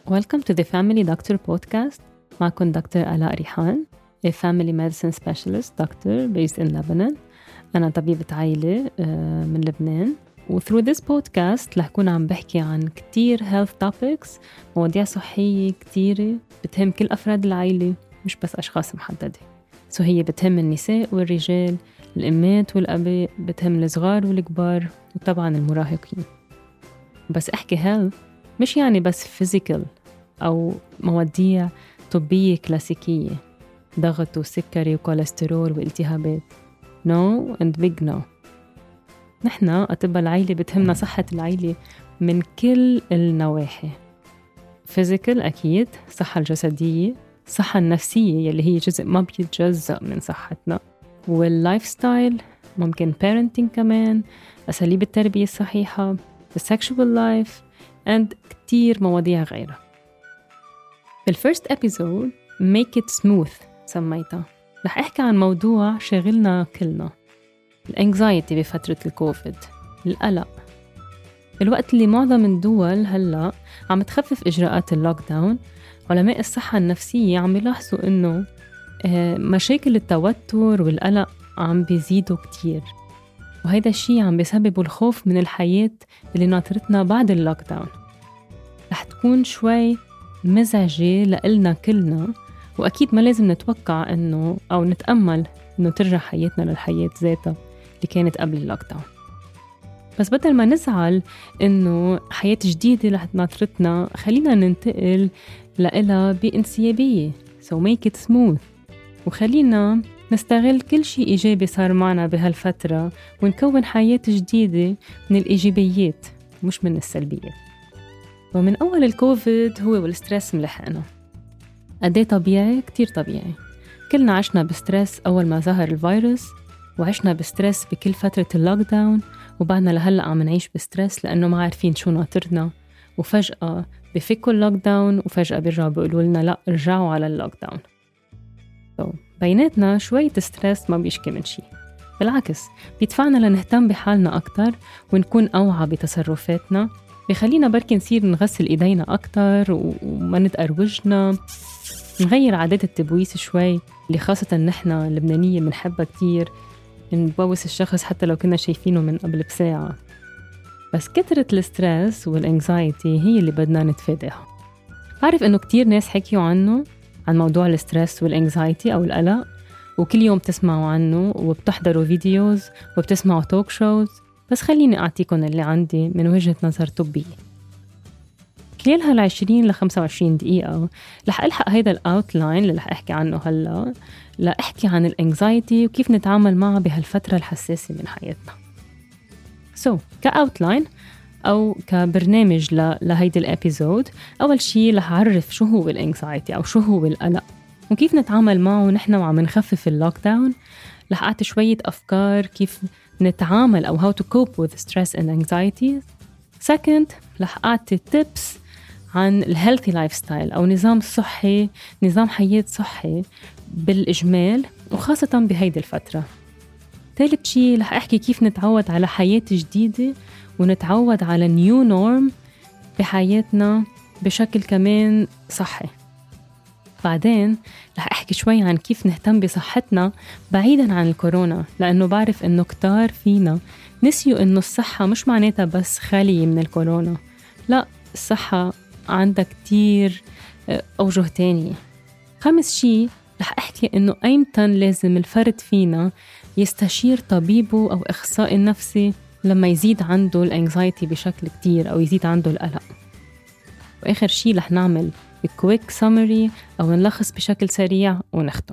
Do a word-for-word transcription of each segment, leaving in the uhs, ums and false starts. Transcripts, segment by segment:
Welcome to the Family Doctor Podcast. معكم دكتور آلاء ريحان, a family medicine specialist doctor based in Lebanon. أنا طبيبة عائلة من لبنان. و through this podcast رح أكون عم بحكي عن كتير health topics, مواضيع صحية كتيرة بتهم كل أفراد العائلة, مش بس أشخاص محددة. سو هي بتهم النساء والرجال, الأمات والأباء, بتهم الصغار والكبار, وطبعاً المراهقين. بس أحكي health مش يعني بس physical أو مواضيع طبية كلاسيكية, ضغط وسكري وكوليسترول والتهابات. No and big no. نحن أطباء العائلة بتهمنا صحة العائلة من كل النواحي. physical أكيد, صحة الجسدية, صحة النفسية يلي هي جزء ما بيتجزأ من صحتنا, واللايف ستايل, ممكن parenting كمان, أساليب التربية الصحيحة, the sexual life, and كتير مواضيع غيرها. في الفيرست episode make it smooth سميتها, رح أحكي عن موضوع شاغلنا كلنا, الانكزايتي بفترة الكوفيد, القلق. الوقت اللي معظم الدول هلأ عم تخفف إجراءات اللوك داون, علماء الصحة النفسية عم يلاحظوا إنه مشاكل التوتر والقلق عم بيزيدوا كتير, وهيدا الشيء عم بيسبب الخوف من الحياة اللي ناطرتنا بعد اللوك داون. رح تكون شوي مزعجة لإلنا كلنا, وأكيد ما لازم نتوقع إنه أو نتأمل إنه ترجع حياتنا للحياة ذاتها اللي كانت قبل اللوك داون. بس بدل ما نزعل إنه حياة جديدة رح ناطرتنا, خلينا ننتقل لإلها بانسيابية. so make it smooth, وخلينا نستغل كل شيء إيجابي صار معنا بهالفترة, ونكون حياة جديدة من الإيجابيات مش من السلبيات. ومن أول الكوفيد هو والسترس ملحقنا. قديه طبيعي؟ كتير طبيعي. كلنا عشنا بسترس أول ما ظهر الفيروس, وعشنا بسترس بكل فترة اللوك داون, وبعدنا لهلأ عم نعيش بسترس لأنه ما عارفين شو ناطرنا, وفجأة بفكوا اللوك داون وفجأة بيرجعوا بيقولوا لنا لا ارجعوا على اللوك داون. so, بيناتنا شوية سترس ما بيشكي من شي, بالعكس بيدفعنا لنهتم بحالنا أكتر ونكون أوعى بتصرفاتنا, بيخلينا بركي نصير نغسل إيدينا أكتر وما ندقر وجهنا, نغير عادات التبويس شوي اللي خاصة نحن اللبنانية منحبها كتير, نبوس الشخص حتى لو كنا شايفينه من قبل بساعة. بس كترة السترس والانكزايتي هي اللي بدنا نتفاداها. بعرف إنه كتير ناس حكيوا عنه, عن موضوع السترس والانكزايتي أو القلق, وكل يوم تسمعوا عنه وبتحضروا فيديوز وبتسمعوا توك شوز, بس خليني أعطيكم اللي عندي من وجهة نظر طبية. خلال هالعشرين لخمسة وعشرين دقيقة رح ألحق هيدا الأوتلاين اللي رح أحكي عنه هلأ, لأحكي عن الانكزايتي وكيف نتعامل معها بهالفترة الحساسة من حياتنا. سو so, كأوتلاين أو كبرنامج لهيدا الابيزود, أول شي رح أعرف شو هو الانكزايتي أو شو هو القلق وكيف نتعامل معه نحن وعم نخفف اللوك داون. رح أعطي شوية أفكار كيف نتعامل أو how to cope with stress and anxiety. second, رح أعطي tips عن الهيلثي لايف ستايل أو نظام صحي, نظام حياة صحي بالإجمال وخاصة بهيدي الفترة. ثالث شيء رح أحكي كيف نتعود على حياة جديدة ونتعود على نيو نورم بحياتنا بشكل كمان صحي. بعدين رح أحكي شوي عن كيف نهتم بصحتنا بعيداً عن الكورونا, لأنه بعرف إنه كتار فينا نسيوا إنه الصحة مش معناتها بس خالية من الكورونا. لا, الصحة عندها كتير أوجه تانية. خامس شي رح أحكي إنه أيمتى لازم الفرد فينا يستشير طبيبه أو أخصائي نفسي لما يزيد عنده الانكزايتي بشكل كتير أو يزيد عنده القلق. وآخر شي رح نعمل بكويك سامري أو نلخص بشكل سريع ونختم.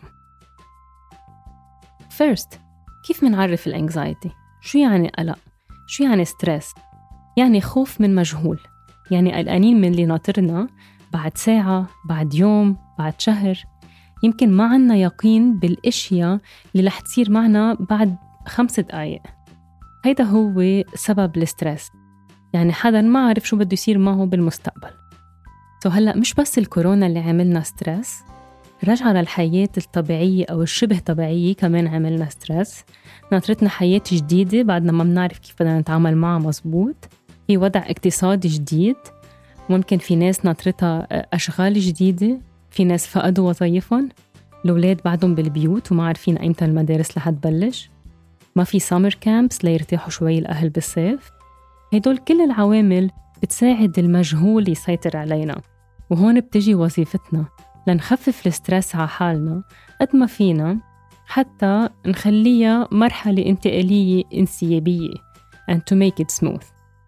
First, كيف منعرف الانكزايتي؟ شو يعني قلق؟ شو يعني ستريس؟ يعني خوف من مجهول, يعني قلقانين من اللي ناطرنا بعد ساعة, بعد يوم, بعد شهر. يمكن ما عنا يقين بالاشياء اللي رح تصير معنا بعد خمس دقايق. هيدا هو سبب الستريس, يعني حدا ما عارف شو بده يصير معه بالمستقبل. سو هلأ مش بس الكورونا اللي عملنا ستريس, رجعة للحياة الطبيعية أو الشبه طبيعية كمان عملنا ستريس. ناطرتنا حياة جديدة بعدنا ما بنعرف كيف بدنا نتعامل معها مزبوط. في وضع اقتصادي جديد, ممكن في ناس ناطرتها أشغال جديدة، في ناس فقدوا وظائفهم، الأولاد بعدهم بالبيوت وما عارفين أيمتى المدارس رح تبلش، ما في سامر كامبس ليرتاحوا شوي الأهل بالصيف. هيدول كل العوامل بتساعد المجهول يسيطر علينا، وهون بتجي وظيفتنا لنخفف السترس على حالنا قد ما فينا حتى نخليها مرحلة انتقالية انسيابية and to make it smooth.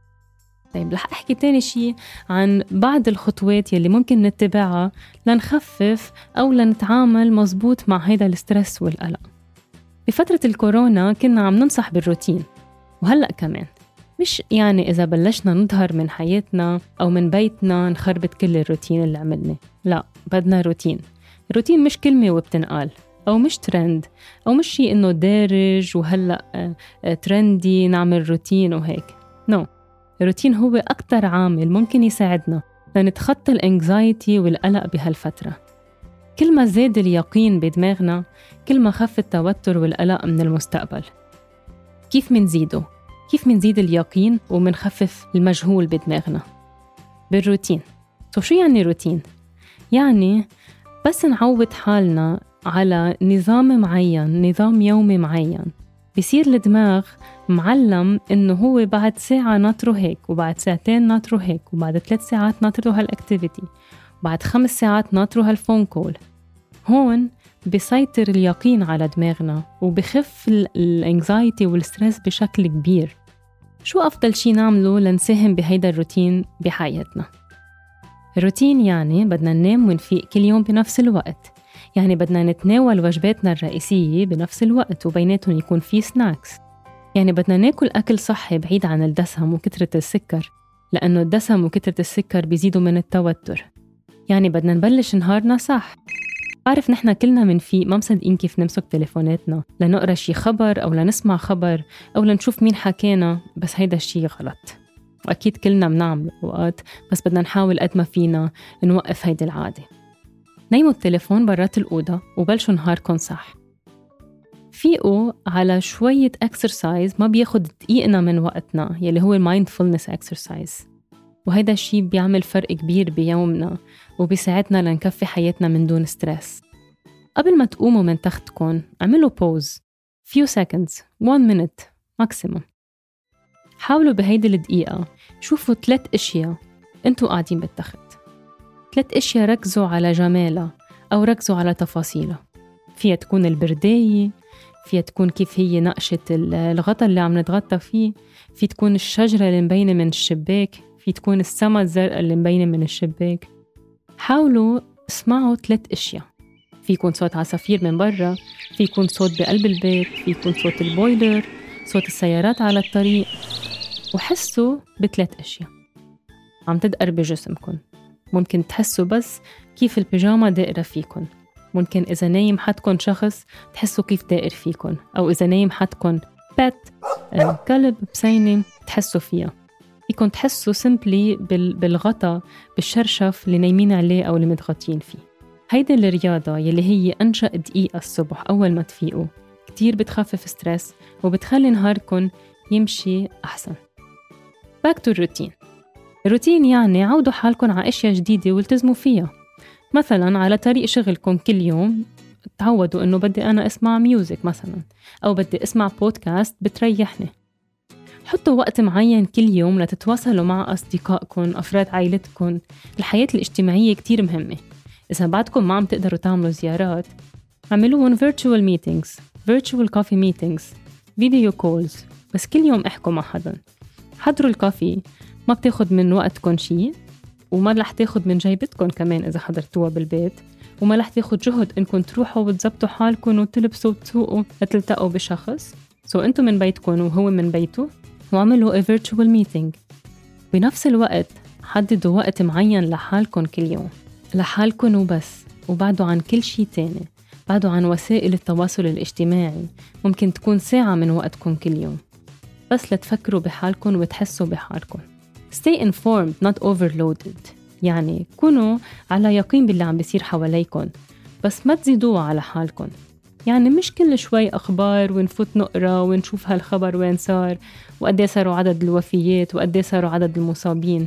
طيب رح أحكي تاني شي عن بعض الخطوات يلي ممكن نتبعها لنخفف أو لنتعامل مزبوط مع هيدا السترس والقلق. بفترة الكورونا كنا عم ننصح بالروتين، وهلأ كمان مش يعني إذا بلشنا نظهر من حياتنا أو من بيتنا نخربط كل الروتين اللي عملنا، لا، بدنا روتين. الروتين مش كلمة وبتنقال، أو مش ترند، أو مش شيء إنه دارج وهلأ ترندي نعمل روتين وهيك. نو no. الروتين هو أكتر عامل ممكن يساعدنا لنتخطى الانكزايتي والقلق بهالفترة. كل ما زاد اليقين بدماغنا كل ما خف التوتر والقلق من المستقبل. كيف منزيده؟ كيف منزيد اليقين ومنخفف المجهول بدماغنا؟ بالروتين. طيب شو يعني روتين؟ يعني بس نعود حالنا على نظام معين، نظام يومي معين، بيصير الدماغ معلم إنه هو بعد ساعة ناطره هيك، وبعد ساعتين ناطره هيك، وبعد ثلاث ساعات ناطره هالأكتيفيتي، وبعد خمس ساعات ناطره هالفون كول. هون بيسيطر اليقين على دماغنا وبخف الانكزايتي والسترس بشكل كبير. شو أفضل شي نعمله لنساهم بهيدا الروتين بحياتنا؟ الروتين يعني بدنا ننام ونفيق كل يوم بنفس الوقت، يعني بدنا نتناول وجباتنا الرئيسية بنفس الوقت وبيناتهم يكون في سناكس، يعني بدنا ناكل أكل صحي بعيد عن الدسم وكترة السكر، لأنه الدسم وكترة السكر بيزيدوا من التوتر. يعني بدنا نبلش نهارنا صح. عارف نحنا كلنا منفيق ما مصدقين كيف نمسك تليفوناتنا لنقرأ شي خبر أو لنسمع خبر أو لنشوف مين حكينا، بس هيدا الشي غلط، وأكيد كلنا بنعمل أوقات، بس بدنا نحاول قد ما فينا نوقف هيدي العادة. نيموا التليفون برات الأوضة وبلشوا نهاركم صح. فيقوا على شوية exercise ما بياخد دقيقنا من وقتنا، يلي هو mindfulness exercise، وهيدا الشي بيعمل فرق كبير بيومنا وبيساعدنا لنكفي حياتنا من دون سترس. قبل ما تقوموا من تختكم اعملوا pause few seconds one minute maximum. حاولوا بهيدي الدقيقة شوفوا ثلاث اشياء انتوا قاعدين بالتخت، ثلاث اشياء ركزوا على جمالها او ركزوا على تفاصيلها. فيها تكون البرداية، فيها تكون كيف هي نقشة الغطا اللي عم نتغطى فيه، في تكون الشجرة اللي مبينة من الشباك، في تكون السما الزرقاء اللي مبينة من الشباك. حاولوا اسمعوا ثلاث اشياء، في يكون صوت عصافير من برا، في يكون صوت بقلب البيت، في يكون صوت البويلر، صوت السيارات على الطريق، وحسوا بثلاث اشياء عم تدقر بجسمكم. ممكن تحسوا بس كيف البيجاما دائرة فيكم، ممكن إذا نايم حدكم شخص تحسوا كيف دائر فيكم، أو إذا نايم حدكم بات كلب بسينة تحسوا فيها. فيكم تحسوا سمبلي بالغطا بالشرشف اللي نايمين عليه أو اللي متغطين فيه. هيدا الرياضة يلي هي أنشأ دقيقة الصبح أول ما تفيقوا كتير بتخفف ستريس وبتخلي نهاركم يمشي أحسن. back to routine. الروتين يعني عودوا حالكم على أشياء جديدة والتزموا فيها. مثلا على طريق شغلكم كل يوم تعودوا إنه بدي أنا أسمع ميوزك مثلا، أو بدي أسمع بودكاست بتريحني. حطوا وقت معين كل يوم لتتواصلوا مع أصدقائكم، أفراد عائلتكم. الحياة الاجتماعية كتير مهمة. إذا بعدكم ما عم تقدروا تعملوا زيارات عملوهم virtual meetings، virtual coffee meetings، video calls، بس كل يوم احكوا مع حدا. حضروا الكافي، ما بتاخد من وقتكم شيء، وما رح تاخد من جيبتكم كمان إذا حضرتوها بالبيت، وما رح تاخد جهد إنكم تروحوا وتزبطوا حالكم وتلبسوا وتسوقوا لتلتقوا بشخص. سو أنتوا من بيتكم وهو من بيته، وعملوا a virtual meeting. بنفس الوقت حددوا وقت معين لحالكم كل يوم، لحالكم وبس، وبعدوا عن كل شيء تاني، بعدوا عن وسائل التواصل الاجتماعي. ممكن تكون ساعة من وقتكم كل يوم بس لتفكروا بحالكم وتحسوا بحالكم. Stay informed not overloaded، يعني كونوا على يقين باللي عم بيصير حواليكم، بس ما تزيدوها على حالكم. يعني مش كل شوي أخبار ونفوت نقرأ ونشوف هالخبر وين صار وقدي صاروا عدد الوفيات وقدي صاروا عدد المصابين.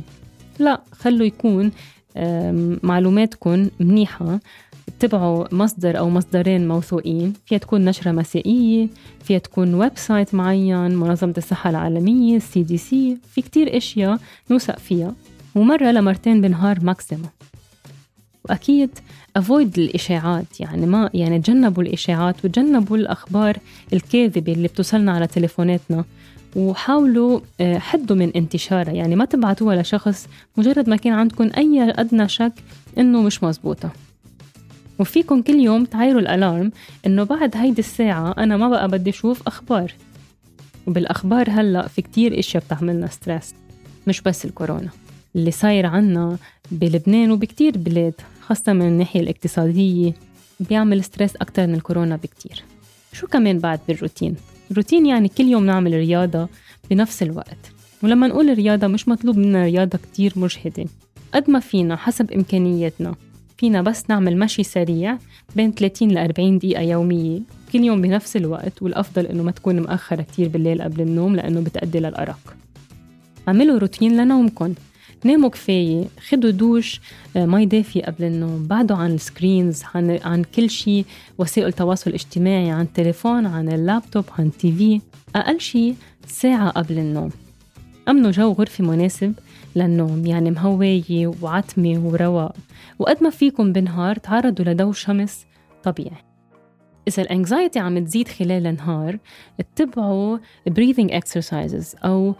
لا، خلوا يكون معلوماتكم منيحة، اتبعوا مصدر أو مصدرين موثوقين. فيها تكون نشرة مسائية، فيها تكون ويب سايت معين، منظمة الصحة العالمية، السي دي سي، في كتير اشياء نوثق فيها، ومرة لمرتين بالنهار ماكسيموم. وأكيد avoid الإشاعات، يعني ما يعني تجنبوا الإشاعات وتجنبوا الأخبار الكاذبة اللي بتوصلنا على تليفوناتنا، وحاولوا حدوا من انتشارها. يعني ما تبعتوها لشخص مجرد ما كان عندكم أي أدنى شك إنه مش مزبوطة. وفيكم كل يوم تعايروا الألارم إنه بعد هيدي الساعة أنا ما بقى بدي أشوف أخبار. وبالأخبار هلأ في كتير إشياء بتعملنا ستريس، مش بس الكورونا اللي صاير عنا بلبنان وبكتير بلاد، خاصة من الناحية الاقتصادية بيعمل ستريس أكتر من الكورونا بكتير. شو كمان بعد بالروتين؟ الروتين يعني كل يوم نعمل رياضة بنفس الوقت. ولما نقول رياضة مش مطلوب منا رياضة كتير مجهدة، قد ما فينا حسب إمكانياتنا. فينا بس نعمل مشي سريع بين ثلاثين لأربعين دقيقة يومية كل يوم بنفس الوقت، والأفضل إنه ما تكون مأخرة كتير بالليل قبل النوم لأنه بتأدي للأرق. عملوا روتين لنومكم، ناموا كفاية، خدوا دوش مي دافية قبل النوم، بعدوا عن السكرينز، عن, عن كل شيء وسائل التواصل الاجتماعي، عن التليفون، عن اللابتوب، عن التي في، أقل شيء ساعة قبل النوم. أمنوا جو غرفة مناسب للنوم، يعني مهوية وعتمة ورواق. وقد ما فيكم بالنهار تعرضوا لضوء شمس طبيعي. إذا الانكزايتي عم تزيد خلال النهار، اتبعوا breathing exercises أو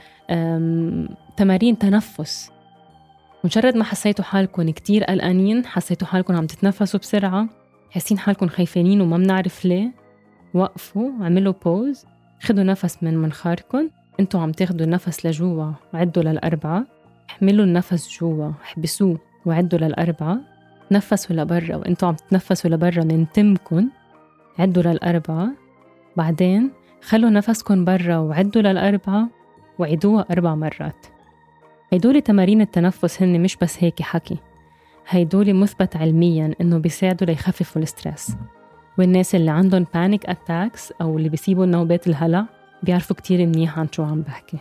تمارين تنفس. مجرد ما حسيتوا حالكم كتير قلقانين، حسيتوا حالكم عم تتنفسوا بسرعة، حاسين حالكم خايفانين وما منعرف ليه، وقفوا، عملوا بوز، خدوا نفس من منخاركم. انتوا عم تاخدوا النفس لجوا وعدوا للأربعة، احملوا النفس جوا، احبسوه وعدوا للأربعة، تنفسوا لبرا وانتوا عم تتنفسوا لبرا من تمكن، عدوا للأربعة. بعدين خلوا نفسكم برا وعدوا للأربعة وعيدوها أربع مرات. هيدول تمارين التنفس هن مش بس هيك حكي، هيدول مثبت علمياً إنه بيساعدوا ليخففوا الستريس. والناس اللي عندهم panic attacks أو اللي بيسيبوا النوبات الهلع بيعرفوا كتير منيح عن شو عم بحكي.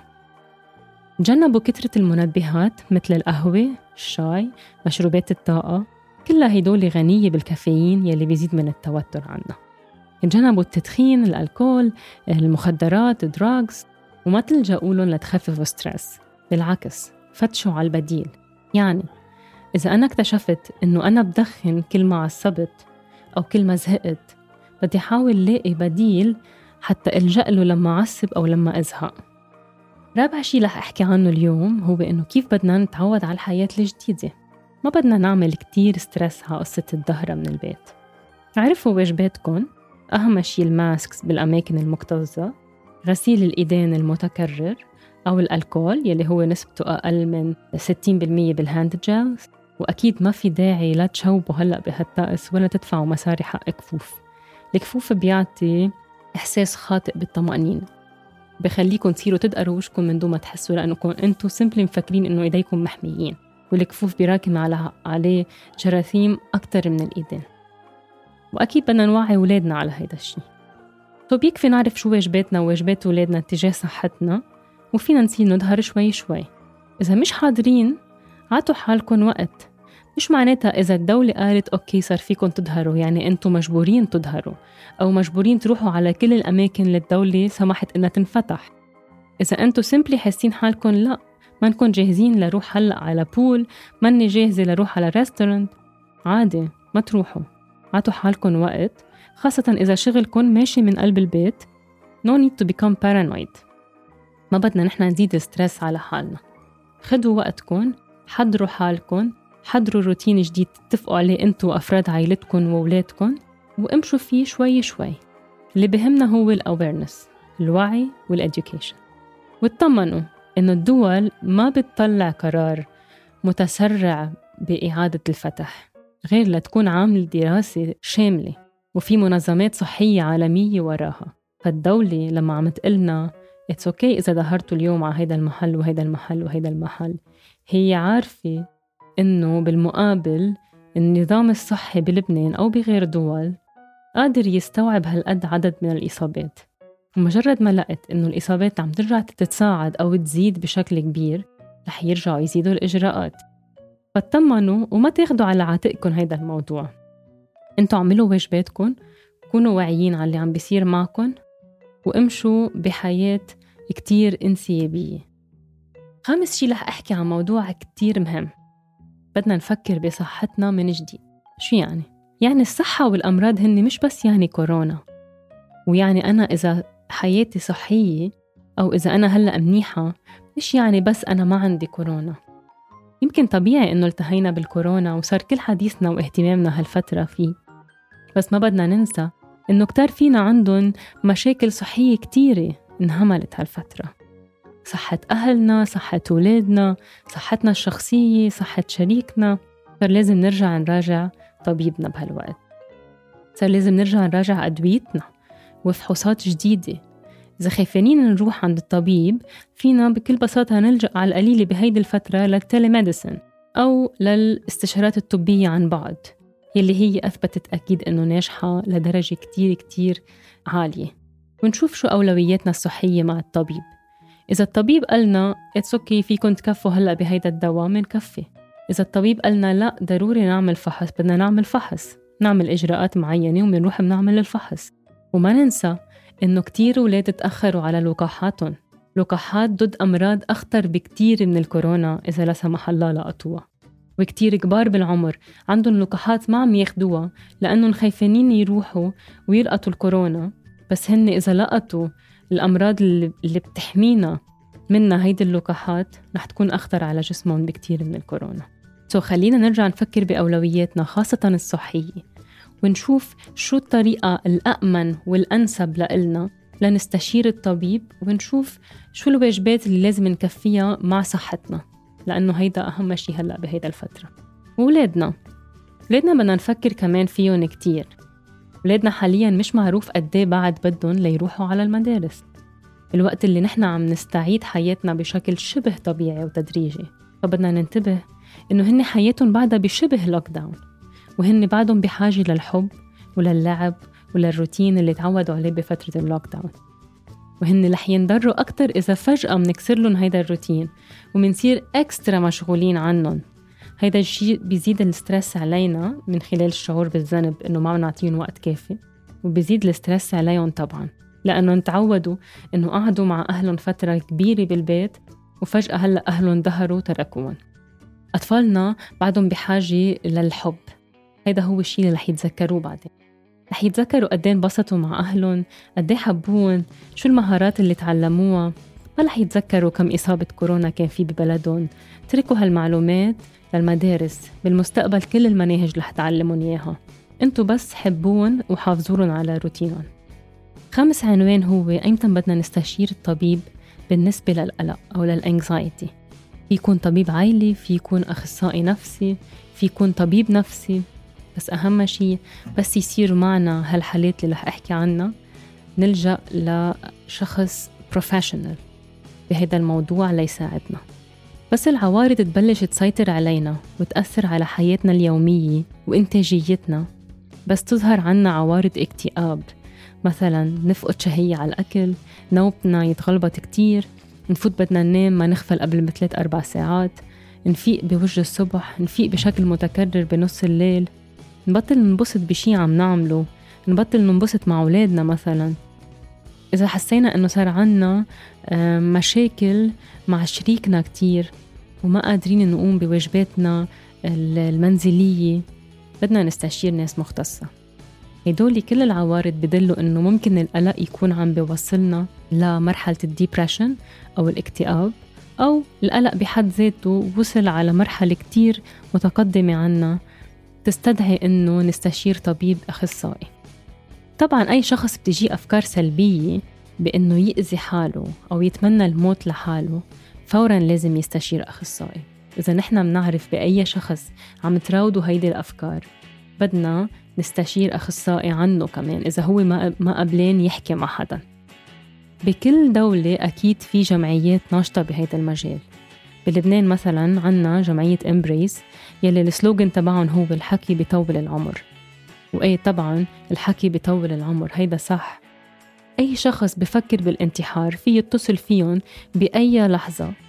تجنبوا كترة المنبهات مثل القهوة، الشاي، مشروبات الطاقة، كلها هيدول غنية بالكافيين يلي بيزيد من التوتر عنا. تجنبوا التدخين، الألكول، المخدرات، الدراغز، وما تلجأوا لهم لتخففوا ستريس. بالعكس، فتشوا على البديل. يعني إذا أنا اكتشفت إنه أنا بدخن كل ما عصبت أو كل ما زهقت، بدي حاول لاقي بديل حتى ألجأ له لما عصب أو لما أزهق. رابع شي رح أحكي عنه اليوم هو إنه كيف بدنا نتعود على الحياة الجديدة. ما بدنا نعمل كتير ستريس على قصة الظهرة من البيت. عرفوا واجباتكن، أهم شي الماسكس بالأماكن المكتظة، غسيل الإيدين المتكرر أو الألكول يلي هو نسبته أقل من ستين بالمية بالهاند جيلز. وأكيد ما في داعي لا تشوبوا هلأ بهالطقس ولا تدفعوا مصاري حق كفوف. الكفوف بيعطي إحساس خاطئ بالطمأنينة، بخليكم تصيروا تدقروا وشكم من دون ما تحسوا، لأنكم أنتوا سيمبلي مفكرين إنه إيديكم محميين، والكفوف بيراكم على عليه جراثيم أكتر من الإيدين. وأكيد بدنا نوعي أولادنا على هيدا الشيء. طب بيكفي نعرف شو واجباتنا وواجبات أولادنا تجاه صحتنا، وفينا نصير نظهر شوي شوي. إذا مش حاضرين عطوا حالكم وقت. مش معناتها إذا الدولة قالت أوكي صار فيكم تظهروا يعني أنتوا مجبورين تظهروا أو مجبورين تروحوا على كل الأماكن اللي الدولة سمحت إنها تنفتح. إذا أنتوا سيمبلي حاسين حالكم لا ما نكون جاهزين لروح هلأ على بول، ماني جاهزة لروح على ريستورانت، عادي ما تروحوا. عطوا حالكم وقت، خاصة إذا شغلكم ماشي من قلب البيت. no need to become paranoid. ما بدنا نحن نزيد ستريس على حالنا. خدوا وقتكم، حضروا حالكم، حضروا روتين جديد تتفقوا عليه انتوا وأفراد عائلتكم وولادكم، وامشوا فيه شوي شوي. اللي بهمنا هو الأويرنس، الوعي والإديوكيشن. واطمنوا إنه الدول ما بتطلع قرار متسرع بإعادة الفتح غير لتكون عامل دراسة شاملة وفي منظمات صحية عالمية وراها. فالدولة لما عم تقلنا it's okay إذا ظهرتوا اليوم على هيدا المحل وهيدا المحل وهيدا المحل، هي عارفة إنه بالمقابل النظام الصحي بلبنان أو بغير دول قادر يستوعب هالقد عدد من الإصابات. ومجرد ما لقت إنه الإصابات عم ترجع تتصاعد أو تزيد بشكل كبير، رح يرجعوا يزيدوا الإجراءات. فاطمنوا وما تاخدوا على عاتقكم هيدا الموضوع. انتوا عملوا واجباتكم، كونوا واعيين على اللي عم بيصير معكم، وامشوا بحياة كتير انسيابية. خامس شي رح أحكي عن موضوع كتير مهم. بدنا نفكر بصحتنا من جديد. شو يعني؟ يعني الصحة والأمراض هن مش بس يعني كورونا، ويعني أنا إذا حياتي صحية أو إذا أنا هلأ منيحة مش يعني بس أنا ما عندي كورونا. يمكن طبيعي إنه التهينا بالكورونا وصار كل حديثنا واهتمامنا هالفترة فيه، بس ما بدنا ننسى إنه كتار فينا عندهم مشاكل صحية كتيرة انهملت هالفترة. صحة أهلنا، صحة أولادنا، صحتنا الشخصية، صحة شريكنا. صار لازم نرجع نراجع طبيبنا بهالوقت. صار لازم نرجع نراجع أدويتنا وفحوصات جديدة. إذا خايفين نروح عند الطبيب، فينا بكل بساطة نلجأ على القليلة بهيدي الفترة للتيليميديسن أو للاستشارات الطبية عن بعد، يلي هي أثبتت أكيد أنه ناجحة لدرجة كتير كتير عالية. ونشوف شو أولوياتنا الصحية مع الطبيب. إذا الطبيب قالنا it's okay فيكن تكفوا هلأ بهيدا الدواء، منكفي. إذا الطبيب قالنا لا ضروري نعمل فحص، بدنا نعمل فحص، نعمل إجراءات معينة ومنروح بنعمل الفحص. وما ننسى إنه كتير ولاد تأخروا على لقاحاتهم. لقاحات ضد أمراض أخطر بكتير من الكورونا إذا لا سمح الله لقطوها. وكتير كبار بالعمر عندهم لقاحات ما عم ياخدوها لأنهم خايفين يروحوا ويلقطوا الكورونا، بس هن إذا لقطوا الأمراض اللي بتحمينا منها هيدي اللقاحات رح تكون أخطر على جسمهم بكتير من الكورونا. سو خلينا نرجع نفكر بأولوياتنا خاصة الصحية، ونشوف شو الطريقة الأأمن والأنسب لإلنا لنستشير الطبيب، ونشوف شو الواجبات اللي لازم نكفيها مع صحتنا، لأنه هيدا أهم شيء هلأ بهيدا الفترة. وولادنا ولادنا بدنا نفكر كمان فيهم كتير. ولادنا حالياً مش معروف قديه بعد بدهم ليروحوا على المدارس، الوقت اللي نحن عم نستعيد حياتنا بشكل شبه طبيعي وتدريجي. فبدنا ننتبه إنه هن حياتهم بعدها بشبه لوك داون، وهن بعدهم بحاجة للحب وللعب وللروتين اللي تعودوا عليه بفترة اللوك داون. وهن رح ينضروا أكتر إذا فجأة منكسر لهم هيدا الروتين ومنصير أكسترا مشغولين عنهم. هيدا الشيء بيزيد السترس علينا من خلال الشعور بالذنب إنه ما نعطيهم وقت كافي، وبيزيد السترس عليهم طبعاً لأنه تعودوا إنه قعدوا مع أهلهم فترة كبيرة بالبيت وفجأة هلأ أهلهم ظهروا تركوهم. أطفالنا بعدهم بحاجة للحب. هيدا هو الشيء اللي رح يتذكروه بعدين. رح يتذكروا قدين انبسطوا مع أهلهم، قدين حبوهم، شو المهارات اللي تعلموها. ما رح يتذكروا كم إصابة كورونا كان في ببلدهم. تركوا هالمعلومات للمدارس. بالمستقبل كل المناهج رح تعلمون إياها. انتوا بس حبوهم وحافظوهم على روتينهم. خامس عنوان هو أيمتى بدنا نستشير الطبيب بالنسبة للقلق أو للأنكزايتي. في يكون طبيب عائلي، في يكون أخصائي نفسي، في يكون طبيب نفسي. بس أهم شيء بس يصير معنا هالحالات اللي رح أحكي عنها نلجأ لشخص بروفيشنال بهذا الموضوع ليساعدنا. بس العوارض تبلش تسيطر علينا وتأثر على حياتنا اليومية وإنتاجيتنا، بس تظهر عنا عوارض اكتئاب، مثلا نفقد شهية على الأكل، نومنا يتغلبط كتير، نفوت بدنا ننام ما نغفل قبل بثلاث أربع ساعات، نفيق بوجه الصبح، نفيق بشكل متكرر بنص الليل، نبطل ننبسط بشي عم نعمله، نبطل ننبسط مع أولادنا مثلا. إذا حسينا أنه صار عنا مشاكل مع شريكنا كتير وما قادرين نقوم بواجباتنا المنزلية، بدنا نستشير ناس مختصة. هدول كل العوارض بدلوا أنه ممكن القلق يكون عم بيوصلنا لمرحلة الديبريشن أو الاكتئاب، أو القلق بحد ذاته وصل على مرحلة كتير متقدمة عنا تستدعي أنه نستشير طبيب أخصائي. طبعاً أي شخص بتجي أفكار سلبية بأنه يأذي حاله أو يتمنى الموت لحاله فوراً لازم يستشير أخصائي. إذا نحن منعرف بأي شخص عم تراوده هيدي الأفكار بدنا نستشير أخصائي عنه كمان إذا هو ما قبلين يحكي مع حدا. بكل دولة أكيد في جمعيات ناشطة بهيدا المجال. بلبنان مثلاً عنا جمعية إمبريس يلي السلوغن تبعهم هو الحكي بيطول العمر. وأي طبعاً الحكي بيطول العمر هيدا صح. أي شخص بفكر بالانتحار في يتصل فيهم بأي لحظة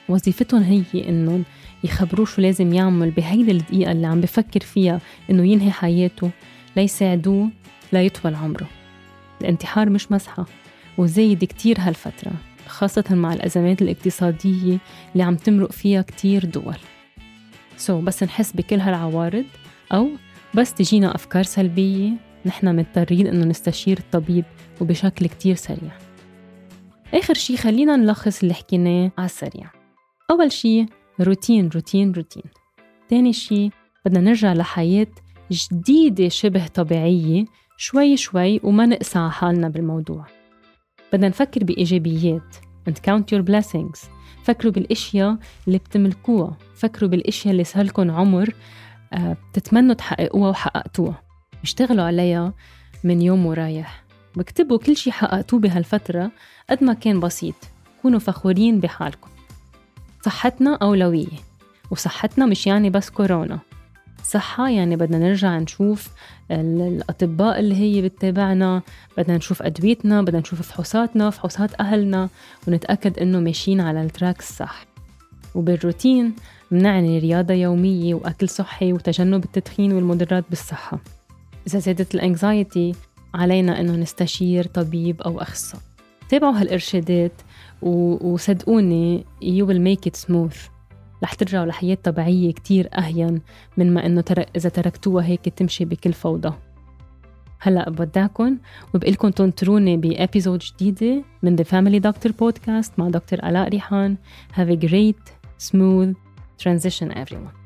وظيفتهم هي إنهم يخبروه شو لازم يعمل بهيدا الدقيقة اللي عم بفكر فيها إنه ينهي حياته ليساعدوه لا يطول عمره. الانتحار مش مسحة وزايد كتير هالفترة، خاصة مع الأزمات الاقتصادية اللي عم تمرق فيها كتير دول. سو so, بس نحس بكل هالعوارض أو بس تجينا أفكار سلبية، نحن مضطرين إنه نستشير الطبيب وبشكل كتير سريع. آخر شي خلينا نلخص اللي حكيناه على السريع. أول شي روتين روتين روتين. تاني شي بدنا نرجع لحياة جديدة شبه طبيعية شوي شوي وما نقسى على حالنا بالموضوع. بدنا نفكر بإيجابيات and count your blessings. فكروا بالإشياء اللي بتملكوها، فكروا بالإشياء اللي سهلكن عمر آه بتتمنوا تحققوها وحققتوها، اشتغلوا عليها من يوم ورايح، واكتبوا كل شي حققتوه بهالفترة قد ما كان بسيط. كونوا فخورين بحالكم. صحتنا أولوية، وصحتنا مش يعني بس كورونا. صحة يعني بدنا نرجع نشوف الأطباء اللي هي بتتابعنا، بدنا نشوف أدويتنا، بدنا نشوف فحوصاتنا، فحوصات أهلنا، ونتأكد إنه ماشيين على التراك الصح. وبالروتين منعني رياضة يومية وأكل صحي وتجنب التدخين والمضرات بالصحة. إذا زادت الانكزايتي علينا إنه نستشير طبيب أو أخصائي. تابعوا هالإرشادات وصدقوني you will make it smooth. رح ترجعوا لحياة طبيعية كتير أهين من ما إنه ترك إذا تركتوها هيك تمشي بكل فوضى. هلأ بودعكم وبقلكم تنطروني بإبيزود جديدة من The Family Doctor Podcast مع دكتور آلاء ريحان. Have a great smooth transition everyone.